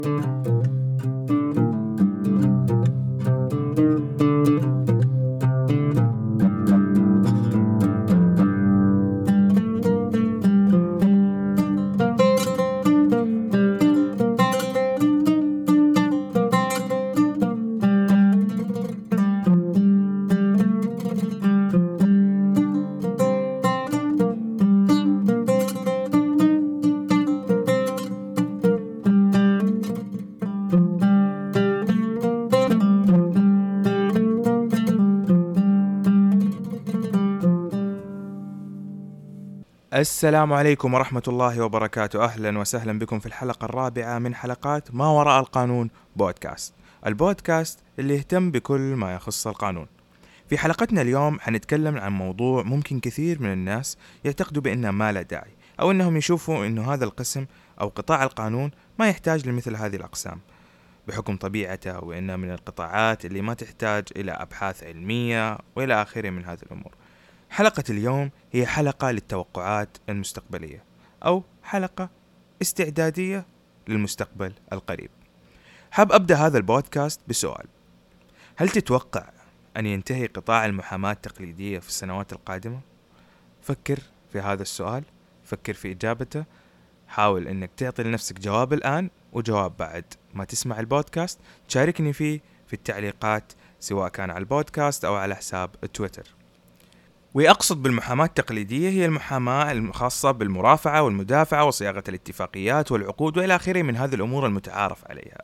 السلام عليكم ورحمة الله وبركاته. أهلا وسهلا بكم في الحلقة الرابعة من حلقات ما وراء القانون بودكاست، البودكاست اللي يهتم بكل ما يخص القانون. في حلقتنا اليوم حنتكلم عن موضوع ممكن كثير من الناس يعتقدوا بأنه ما له داعي، أو أنهم يشوفوا أنه هذا القسم أو قطاع القانون ما يحتاج لمثل هذه الأقسام بحكم طبيعته، وإنه من القطاعات اللي ما تحتاج إلى أبحاث علمية وإلى آخره من هذه الأمور. حلقة اليوم هي حلقة للتوقعات المستقبلية، أو حلقة استعدادية للمستقبل القريب. حاب أبدأ هذا البودكاست بسؤال: هل تتوقع أن ينتهي قطاع المحاماة التقليدية في السنوات القادمة؟ فكر في هذا السؤال، فكر في إجابته، حاول أنك تعطي لنفسك جواب الآن وجواب بعد ما تسمع البودكاست. تشاركني فيه في التعليقات سواء كان على البودكاست أو على حساب تويتر. وأقصد بالمحاماة التقليدية هي المحاماة الخاصة بالمرافعة والمدافعة وصياغة الاتفاقيات والعقود وإلى آخره من هذه الأمور المتعارف عليها.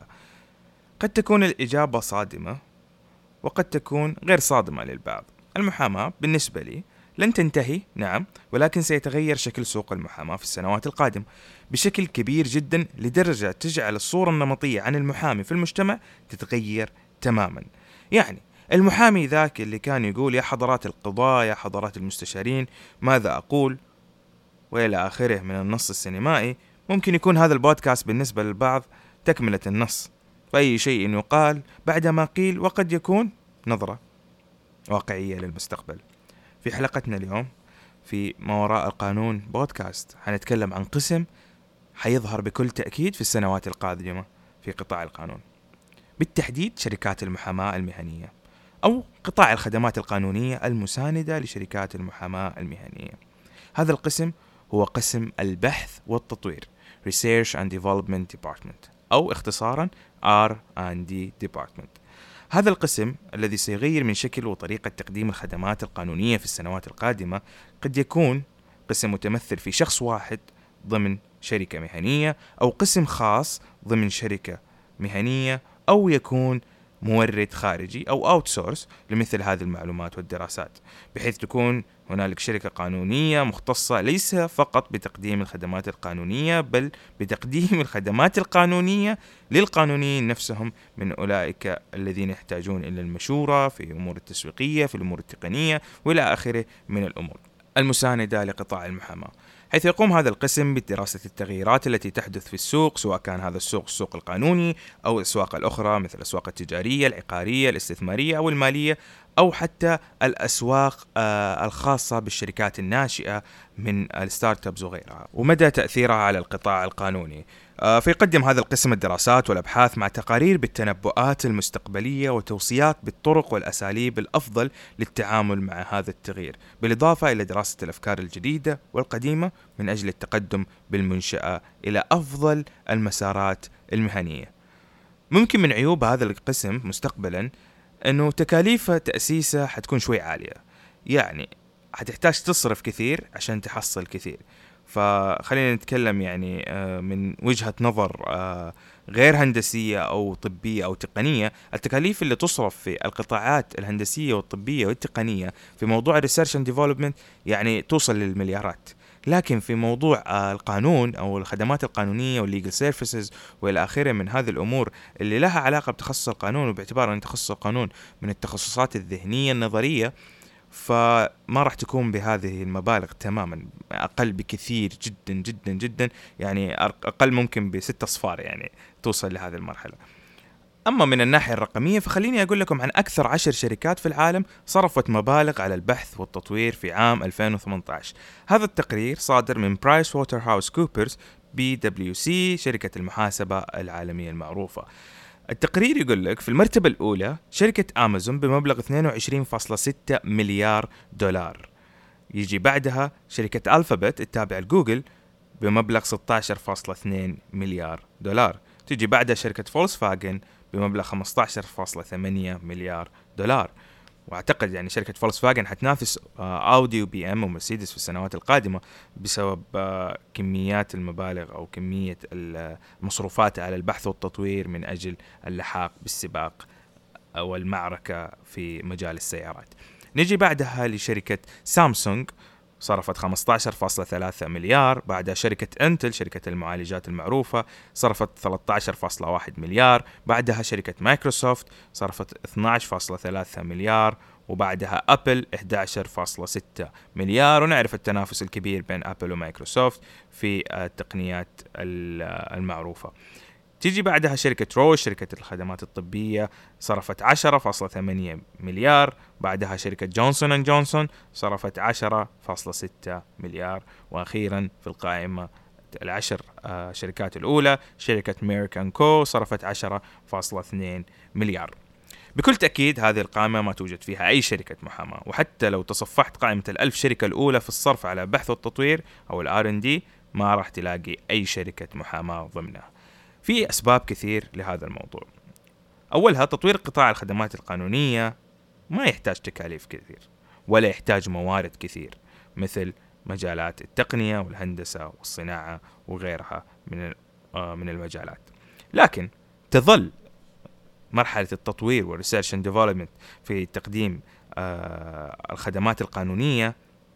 قد تكون الإجابة صادمة وقد تكون غير صادمة للبعض. المحاماة بالنسبة لي لن تنتهي، نعم، ولكن سيتغير شكل سوق المحاماة في السنوات القادمة بشكل كبير جدا، لدرجة تجعل الصورة النمطية عن المحامي في المجتمع تتغير تماما. يعني المحامي ذاك اللي كان يقول يا حضرات القضاة يا حضرات المستشارين ماذا أقول وإلى آخره من النص السينمائي، ممكن يكون هذا البودكاست بالنسبة للبعض تكملة النص، فأي شيء يقال بعدما قيل، وقد يكون نظرة واقعية للمستقبل. في حلقتنا اليوم في ما وراء القانون بودكاست حنتكلم عن قسم حيظهر بكل تأكيد في السنوات القادمة في قطاع القانون، بالتحديد شركات المحاماة المهنية أو قطاع الخدمات القانونية المساندة لشركات المحاماة المهنية. هذا القسم هو قسم البحث والتطوير Research and Development Department، أو اختصارا R&D Department. هذا القسم الذي سيغير من شكل وطريقة تقديم الخدمات القانونية في السنوات القادمة قد يكون قسم متمثل في شخص واحد ضمن شركة مهنية، أو قسم خاص ضمن شركة مهنية، أو يكون مورد خارجي أو أوتسورس لمثل هذه المعلومات والدراسات، بحيث تكون هنالك شركة قانونية مختصة ليس فقط بتقديم الخدمات القانونية، بل بتقديم الخدمات القانونية للقانونيين نفسهم، من أولئك الذين يحتاجون إلى المشورة في الأمور التسويقية، في الأمور التقنية وإلى آخره من الأمور المساندة لقطاع المحاماة. حيث يقوم هذا القسم بدراسة التغييرات التي تحدث في السوق، سواء كان هذا السوق القانوني أو الأسواق الأخرى مثل الأسواق التجارية، العقارية، الاستثمارية أو المالية، أو حتى الأسواق الخاصة بالشركات الناشئة من الستارت ابس وغيرها، ومدى تأثيرها على القطاع القانوني. فيقدم هذا القسم الدراسات والأبحاث مع تقارير بالتنبؤات المستقبلية وتوصيات بالطرق والأساليب الأفضل للتعامل مع هذا التغيير، بالإضافة إلى دراسة الأفكار الجديدة والقديمة من أجل التقدم بالمنشأة إلى أفضل المسارات المهنية. ممكن من عيوب هذا القسم مستقبلا أنه تكاليف تأسيسه حتكون شوي عالية، يعني حتحتاج تصرف كثير عشان تحصل كثير. فخلينا نتكلم يعني من وجهة نظر غير هندسية أو طبية أو تقنية. التكاليف اللي تصرف في القطاعات الهندسية والطبية والتقنية في موضوع Research and Development يعني توصل للمليارات، لكن في موضوع القانون أو الخدمات القانونية والlegal services وإلى آخره من هذه الأمور اللي لها علاقة بتخصص القانون، وباعتبار أن تخصص القانون من التخصصات الذهنية النظرية، فما راح تكون بهذه المبالغ تماما، أقل بكثير جدا جدا جدا، يعني أقل ممكن ب6 أصفار يعني توصل لهذه المرحلة. أما من الناحية الرقمية فخليني أقول لكم عن أكثر 10 شركات في العالم صرفت مبالغ على البحث والتطوير في عام 2018. هذا التقرير صادر من برايس ووترهاوس كوبرز PwC شركة المحاسبة العالمية المعروفة. التقرير يقول لك في المرتبة الأولى شركة أمازون بمبلغ 22.6 مليار دولار. يجي بعدها شركة ألفابت التابعة لجوجل بمبلغ 16.2 مليار دولار. تيجي بعدها شركة فولكسفاجن بمبلغ 15.8 مليار دولار. واعتقد يعني شركة فولكسفاجن حتنافس اودي وبي ام ومرسيدس في السنوات القادمة بسبب كميات المبالغ او كمية المصروفات على البحث والتطوير من اجل اللحاق بالسباق او المعركة في مجال السيارات. نجي بعدها لشركة سامسونج صرفت 15.3 مليار. بعدها شركة انتل شركة المعالجات المعروفة صرفت 13.1 مليار. بعدها شركة مايكروسوفت صرفت 12.3 مليار. وبعدها أبل 11.6 مليار. ونعرف التنافس الكبير بين أبل ومايكروسوفت في التقنيات المعروفة. تيجي بعدها شركة روش شركة الخدمات الطبية صرفت 10.8 مليار. بعدها شركة جونسون اند جونسون صرفت 10.6 مليار. وأخيرا في القائمة العشر شركات الأولى شركة ميرك اند كو صرفت 10.2 مليار. بكل تأكيد هذه القائمة ما توجد فيها أي شركة محاماة، وحتى لو تصفحت قائمة ال1000 شركة الأولى في الصرف على البحث والتطوير أو R&D ما راح تلاقي أي شركة محاماة ضمنها. في أسباب كثير لهذا الموضوع. أولها تطوير قطاع الخدمات القانونية ما يحتاج تكاليف كثير ولا يحتاج موارد كثير مثل مجالات التقنية والهندسة والصناعة وغيرها من المجالات. لكن تظل مرحلة التطوير والريسيرش اند ديفلوبمنت في تقديم الخدمات القانونية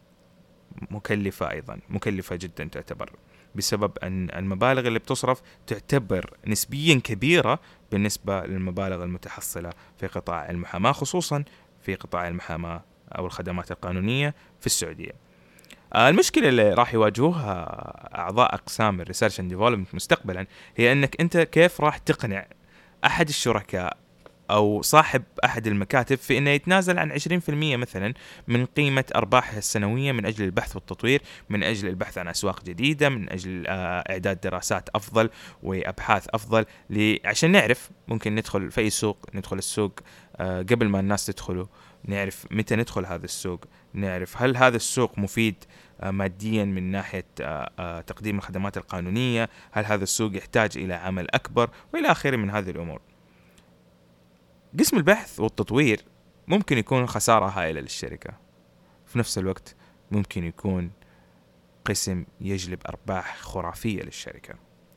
مكلفة أيضا، مكلفة جدا تعتبر، بسبب أن المبالغ اللي بتصرف تعتبر نسبيا كبيرة بالنسبة للمبالغ المتحصلة في قطاع المحاماة، خصوصا في قطاع المحاماة أو الخدمات القانونية في السعودية. المشكلة اللي راح يواجهوها أعضاء أقسام الريسيرش اند ديفلوبمنت مستقبلا هي أنك أنت كيف راح تقنع أحد الشركاء أو صاحب أحد المكاتب في أنه يتنازل عن 20% مثلا من قيمة أرباحه السنوية من أجل البحث والتطوير، من أجل البحث عن أسواق جديدة، من أجل إعداد دراسات أفضل وأبحاث أفضل عشان نعرف ممكن ندخل في أي سوق، ندخل السوق قبل ما الناس تدخله، نعرف متى ندخل هذا السوق، نعرف هل هذا السوق مفيد ماديا من ناحية تقديم الخدمات القانونية، هل هذا السوق يحتاج إلى عمل أكبر وإلى آخره من هذه الأمور. قسم البحث والتطوير ممكن يكون خسارة هائلة للشركة، في نفس الوقت ممكن يكون قسم يجلب أرباح خرافية للشركة.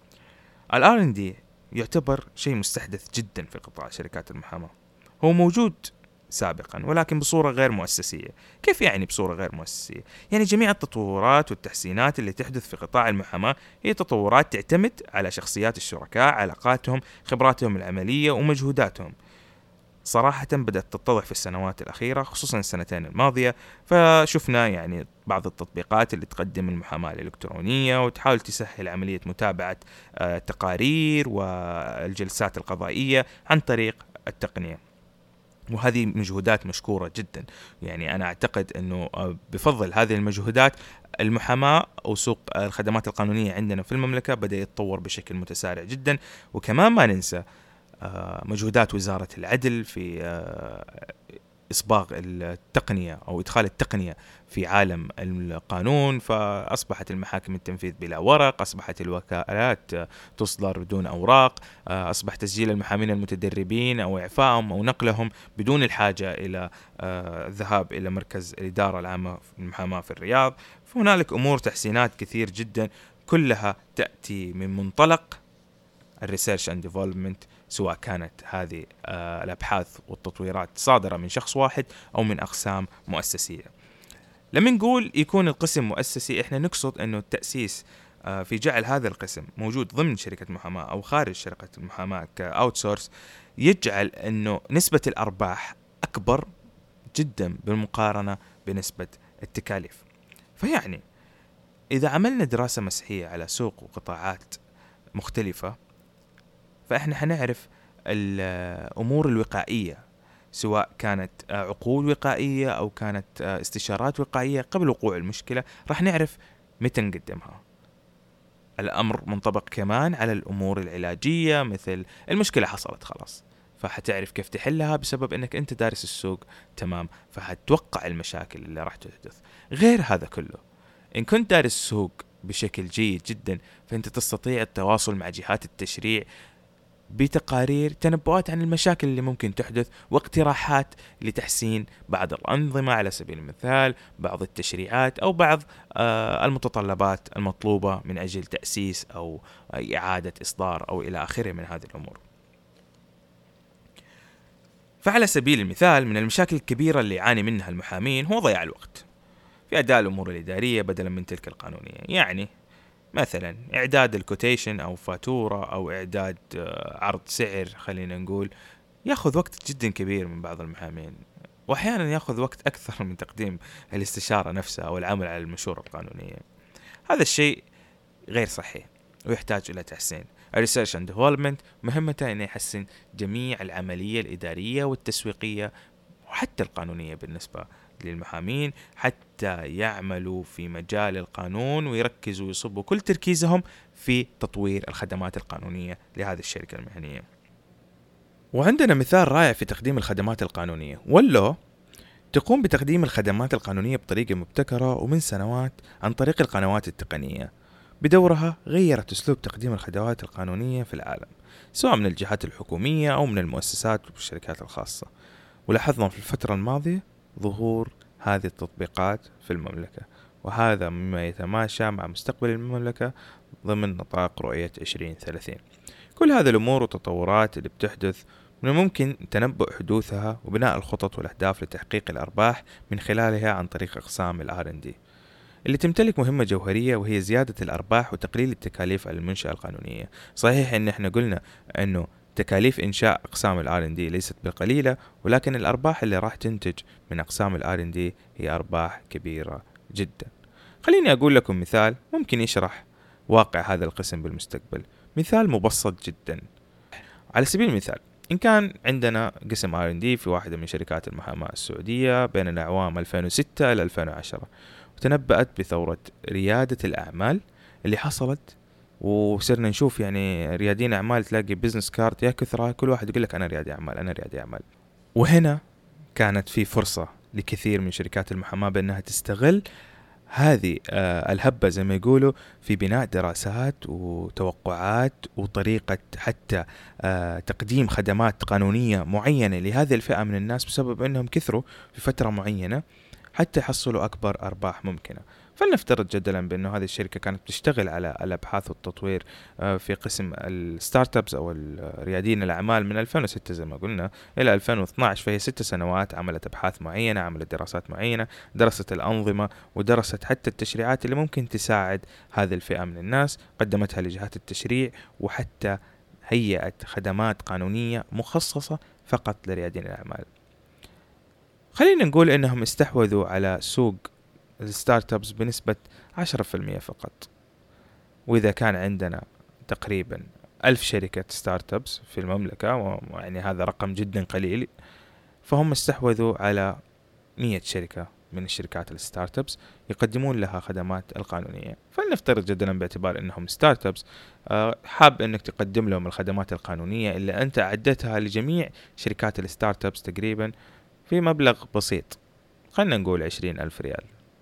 R&D يعتبر شيء مستحدث جدا في قطاع شركات المحاماة، هو موجود سابقا ولكن بصورة غير مؤسسية. كيف يعني بصورة غير مؤسسية؟ يعني جميع التطورات والتحسينات اللي تحدث في قطاع المحاماة هي تطورات تعتمد على شخصيات الشركاء، علاقاتهم، خبراتهم العملية ومجهوداتهم. صراحة بدأت تتضح في السنوات الأخيرة خصوصا السنتين الماضية، فشفنا يعني بعض التطبيقات اللي تقدم المحاماة الإلكترونية وتحاول تسهل عملية متابعة التقارير والجلسات القضائية عن طريق التقنية، وهذه مجهودات مشكورة جدا. يعني أنا أعتقد أنه بفضل هذه المجهودات المحاماة أو سوق الخدمات القانونية عندنا في المملكة بدأ يتطور بشكل متسارع جدا. وكمان ما ننسى مجهودات وزارة العدل في إصباغ التقنية أو إدخال التقنية في عالم القانون، فأصبحت المحاكم التنفيذ بلا ورق، أصبحت الوكالات تصدر بدون أوراق، أصبح تسجيل المحامين المتدربين أو إعفائهم أو نقلهم بدون الحاجة إلى الذهاب إلى مركز الإدارة العامة للمحاماة في الرياض. فهنالك أمور تحسينات كثير جدا كلها تأتي من منطلق الريسيرش اند ديفلوبمنت، سواء كانت هذه الأبحاث والتطويرات صادرة من شخص واحد أو من أقسام مؤسسية. لما نقول يكون القسم مؤسسي احنا نقصد أنه التأسيس في جعل هذا القسم موجود ضمن شركة محاماة أو خارج شركة المحاماة كأوتسورس يجعل أنه نسبة الأرباح أكبر جدا بالمقارنة بنسبة التكاليف. فيعني إذا عملنا دراسة مسحية على سوق وقطاعات مختلفة فإحنا حنعرف الأمور الوقائية، سواء كانت عقود وقائية أو كانت استشارات وقائية قبل وقوع المشكلة، راح نعرف متى نقدمها. الأمر منطبق كمان على الأمور العلاجية، مثل المشكلة حصلت خلاص، فحتعرف كيف تحلها بسبب أنك أنت دارس السوق تمام، فحتوقع المشاكل اللي راح تحدث. غير هذا كله، إن كنت دارس السوق بشكل جيد جدا، فأنت تستطيع التواصل مع جهات التشريع بتقارير تنبؤات عن المشاكل اللي ممكن تحدث، واقتراحات لتحسين بعض الأنظمة، على سبيل المثال بعض التشريعات أو بعض المتطلبات المطلوبة من أجل تأسيس أو إعادة إصدار أو إلى آخره من هذه الأمور. فعلى سبيل المثال، من المشاكل الكبيرة اللي يعاني منها المحامين هو ضياع الوقت في أداء الأمور الإدارية بدلا من تلك القانونية. يعني مثلا إعداد الكوتيشن أو فاتورة أو إعداد عرض سعر، خلينا نقول، يأخذ وقت جدا كبير من بعض المحامين، وأحيانا يأخذ وقت أكثر من تقديم الاستشارة نفسها أو العمل على المشورة القانونية. هذا الشيء غير صحي ويحتاج إلى تحسين. الريسيرش اند ديفلوبمنت مهمته أن يحسن جميع العملية الإدارية والتسويقية وحتى القانونية بالنسبة للمحامين، حتى يعملوا في مجال القانون ويركزوا ويصبوا كل تركيزهم في تطوير الخدمات القانونية لهذه الشركة المهنية. وعندنا مثال رائع في تقديم الخدمات القانونية. والله تقوم بتقديم الخدمات القانونية بطريقة مبتكرة ومن سنوات عن طريق القنوات التقنية. بدورها غيرت أسلوب تقديم الخدمات القانونية في العالم، سواء من الجهات الحكومية أو من المؤسسات والشركات الخاصة. ولاحظنا في الفترة الماضية ظهور هذه التطبيقات في المملكة، وهذا مما يتماشى مع مستقبل المملكة ضمن نطاق رؤية 2030. كل هذه الأمور والتطورات اللي بتحدث من الممكن تنبؤ حدوثها وبناء الخطط والأهداف لتحقيق الأرباح من خلالها عن طريق أقسام ال R&D اللي تمتلك مهمة جوهرية، وهي زيادة الأرباح وتقليل التكاليف على المنشأة القانونية. صحيح إن إحنا قلنا إنه تكاليف إنشاء أقسام ال R&D ليست بالقليلة، ولكن الأرباح اللي راح تنتج من أقسام ال R&D هي أرباح كبيرة جدا. خليني أقول لكم مثال ممكن يشرح واقع هذا القسم بالمستقبل، مثال مبسط جدا. على سبيل المثال، إن كان عندنا قسم R&D في واحدة من شركات المحاماة السعودية بين الأعوام 2006 إلى 2010، وتنبأت بثورة ريادة الأعمال اللي حصلت، وصرنا نشوف يعني ريادين أعمال تلاقي بيزنس كارد يا كثرة، كل واحد يقول لك أنا ريادي أعمال أنا ريادي أعمال. وهنا كانت في فرصة لكثير من شركات المحاماة بأنها تستغل هذه الهبة زي ما يقولوا في بناء دراسات وتوقعات وطريقة حتى تقديم خدمات قانونية معينة لهذه الفئة من الناس، بسبب أنهم كثروا في فترة معينة حتى يحصلوا أكبر أرباح ممكنة. فلنفترض جدلا بأنه هذه الشركة كانت تشتغل على الأبحاث والتطوير في قسم الستارت ابس أو ريادين الأعمال من 2006 زي ما قلنا إلى 2012، فهي 6 سنوات عملت أبحاث معينة، عملت دراسات معينة، درست الأنظمة ودرست حتى التشريعات اللي ممكن تساعد هذه الفئة من الناس، قدمتها لجهات التشريع، وحتى هيئت خدمات قانونية مخصصة فقط لريادين الأعمال. خلينا نقول إنهم استحوذوا على سوق الستارت ابس بنسبة 10% فقط. وإذا كان عندنا تقريبا 1000 شركة ستارت ابس في المملكة، ويعني هذا رقم جدا قليل، فهم استحوذوا على 100 شركة من الشركات الستارت ابس يقدمون لها خدمات القانونية. فلنفترض جدا باعتبار انهم ستارت ابس، حاب انك تقدم لهم الخدمات القانونية اللي انت اعدتها لجميع شركات الستارت ابس تقريبا في مبلغ بسيط، خلنا نقول 20,000 ريال.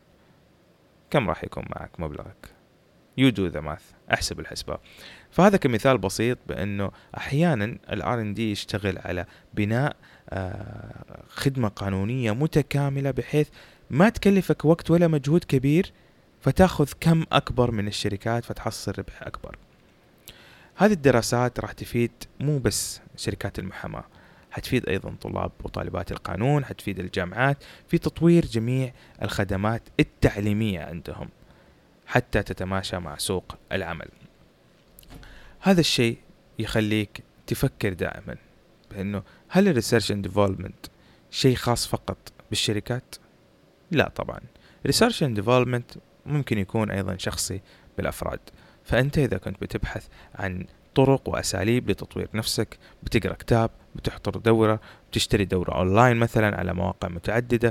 كم راح يكون معك مبلغك؟ You do the math، احسب الحسبة. فهذا كمثال بسيط بأنه أحيانا ال R&D يشتغل على بناء خدمة قانونية متكاملة بحيث ما تكلفك وقت ولا مجهود كبير، فتأخذ كم أكبر من الشركات فتحصل ربح أكبر. هذه الدراسات راح تفيد مو بس شركات المحاماة، حتفيد أيضا طلاب وطالبات القانون، حتفيد الجامعات في تطوير جميع الخدمات التعليمية عندهم حتى تتماشى مع سوق العمل. هذا الشيء يخليك تفكر دائما بأنه هل الريسيرش اند ديفلوبمنت شيء خاص فقط بالشركات؟ لا طبعا، ريسيرش اند ديفلوبمنت ممكن يكون أيضا شخصي بالأفراد. فأنت إذا كنت بتبحث عن طرق وأساليب لتطوير نفسك، بتقرأ كتاب، بتحضر دورة، بتشتري دورة أونلاين مثلا على مواقع متعددة،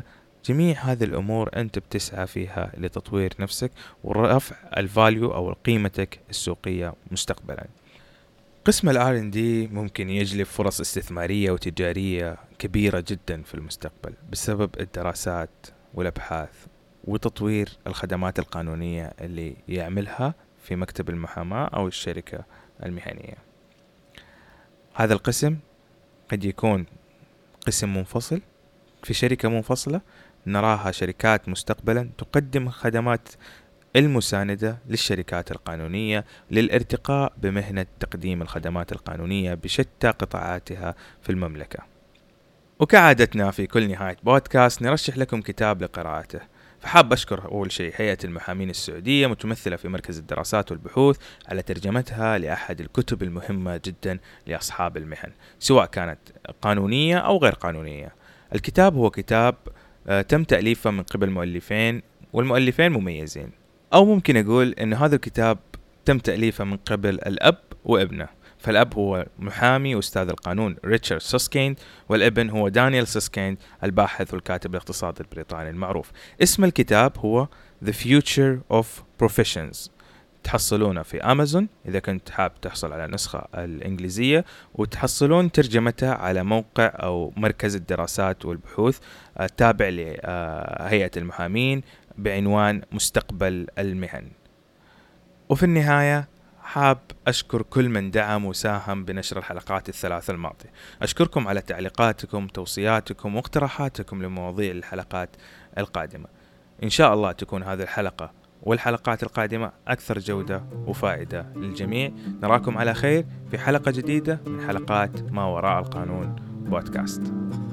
جميع هذه الأمور أنت بتسعى فيها لتطوير نفسك ورفع الفاليو أو قيمتك السوقية مستقبلا. قسم ال R&D ممكن يجلب فرص استثمارية وتجارية كبيرة جدا في المستقبل بسبب الدراسات والأبحاث وتطوير الخدمات القانونية اللي يعملها في مكتب المحاماة أو الشركة المهنية. هذا القسم قد يكون قسم منفصل في شركة منفصلة، نراها شركات مستقبلا تقدم خدمات المساندة للشركات القانونية للارتقاء بمهنة تقديم الخدمات القانونية بشتى قطاعاتها في المملكة. وكعادتنا في كل نهاية بودكاست نرشح لكم كتاب لقراءته، فحاب أشكر أول شيء هيئة المحامين السعودية متمثلة في مركز الدراسات والبحوث على ترجمتها لأحد الكتب المهمة جدا لأصحاب المهن سواء كانت قانونية أو غير قانونية. الكتاب هو كتاب تم تأليفه من قبل مؤلفين، والمؤلفين مميزين، أو ممكن أقول أن هذا الكتاب تم تأليفه من قبل الأب وابنه. فالأب هو محامي وأستاذ القانون ريتشارد سوسكيند، والابن هو دانيال سوسكيند الباحث والكاتب الاقتصادي البريطاني المعروف. اسم الكتاب هو The Future of Professions، تحصلونه في أمازون إذا كنت حاب تحصل على النسخة الإنجليزية، وتحصلون ترجمتها على موقع أو مركز الدراسات والبحوث التابع لهيئة المحامين بعنوان مستقبل المهن. وفي النهاية حاب أشكر كل من دعم وساهم بنشر الحلقات الثلاث الماضية. أشكركم على تعليقاتكم، توصياتكم واقتراحاتكم لمواضيع الحلقات القادمة. إن شاء الله تكون هذه الحلقة والحلقات القادمة أكثر جودة وفائدة للجميع. نراكم على خير في حلقة جديدة من حلقات ما وراء القانون بودكاست.